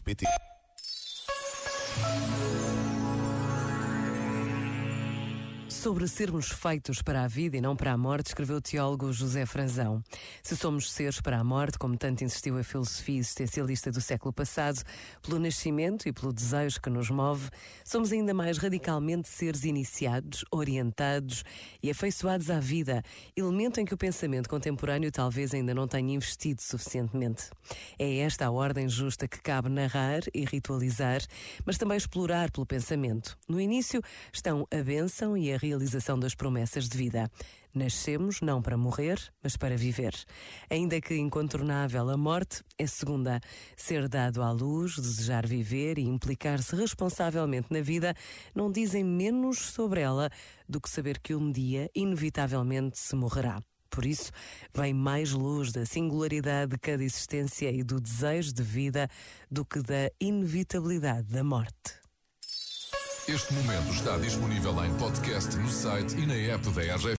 rr.pt. Sobre sermos feitos para a vida e não para a morte, escreveu o teólogo José Frazão. Se somos seres para a morte, como tanto insistiu a filosofia existencialista do século passado, pelo nascimento e pelo desejo que nos move, somos ainda mais radicalmente seres iniciados, orientados e afeiçoados à vida, elemento em que o pensamento contemporâneo talvez ainda não tenha investido suficientemente. É esta a ordem justa que cabe narrar e ritualizar, mas também explorar pelo pensamento. No início estão a bênção e a realização das promessas de vida. Nascemos não para morrer, mas para viver. Ainda que incontornável, a morte é segunda. Ser dado à luz, desejar viver e implicar-se responsavelmente na vida não dizem menos sobre ela do que saber que um dia, inevitavelmente, se morrerá. Por isso, vem mais luz da singularidade de cada existência e do desejo de vida do que da inevitabilidade da morte. Este momento está disponível em podcast no site e na app da RGF.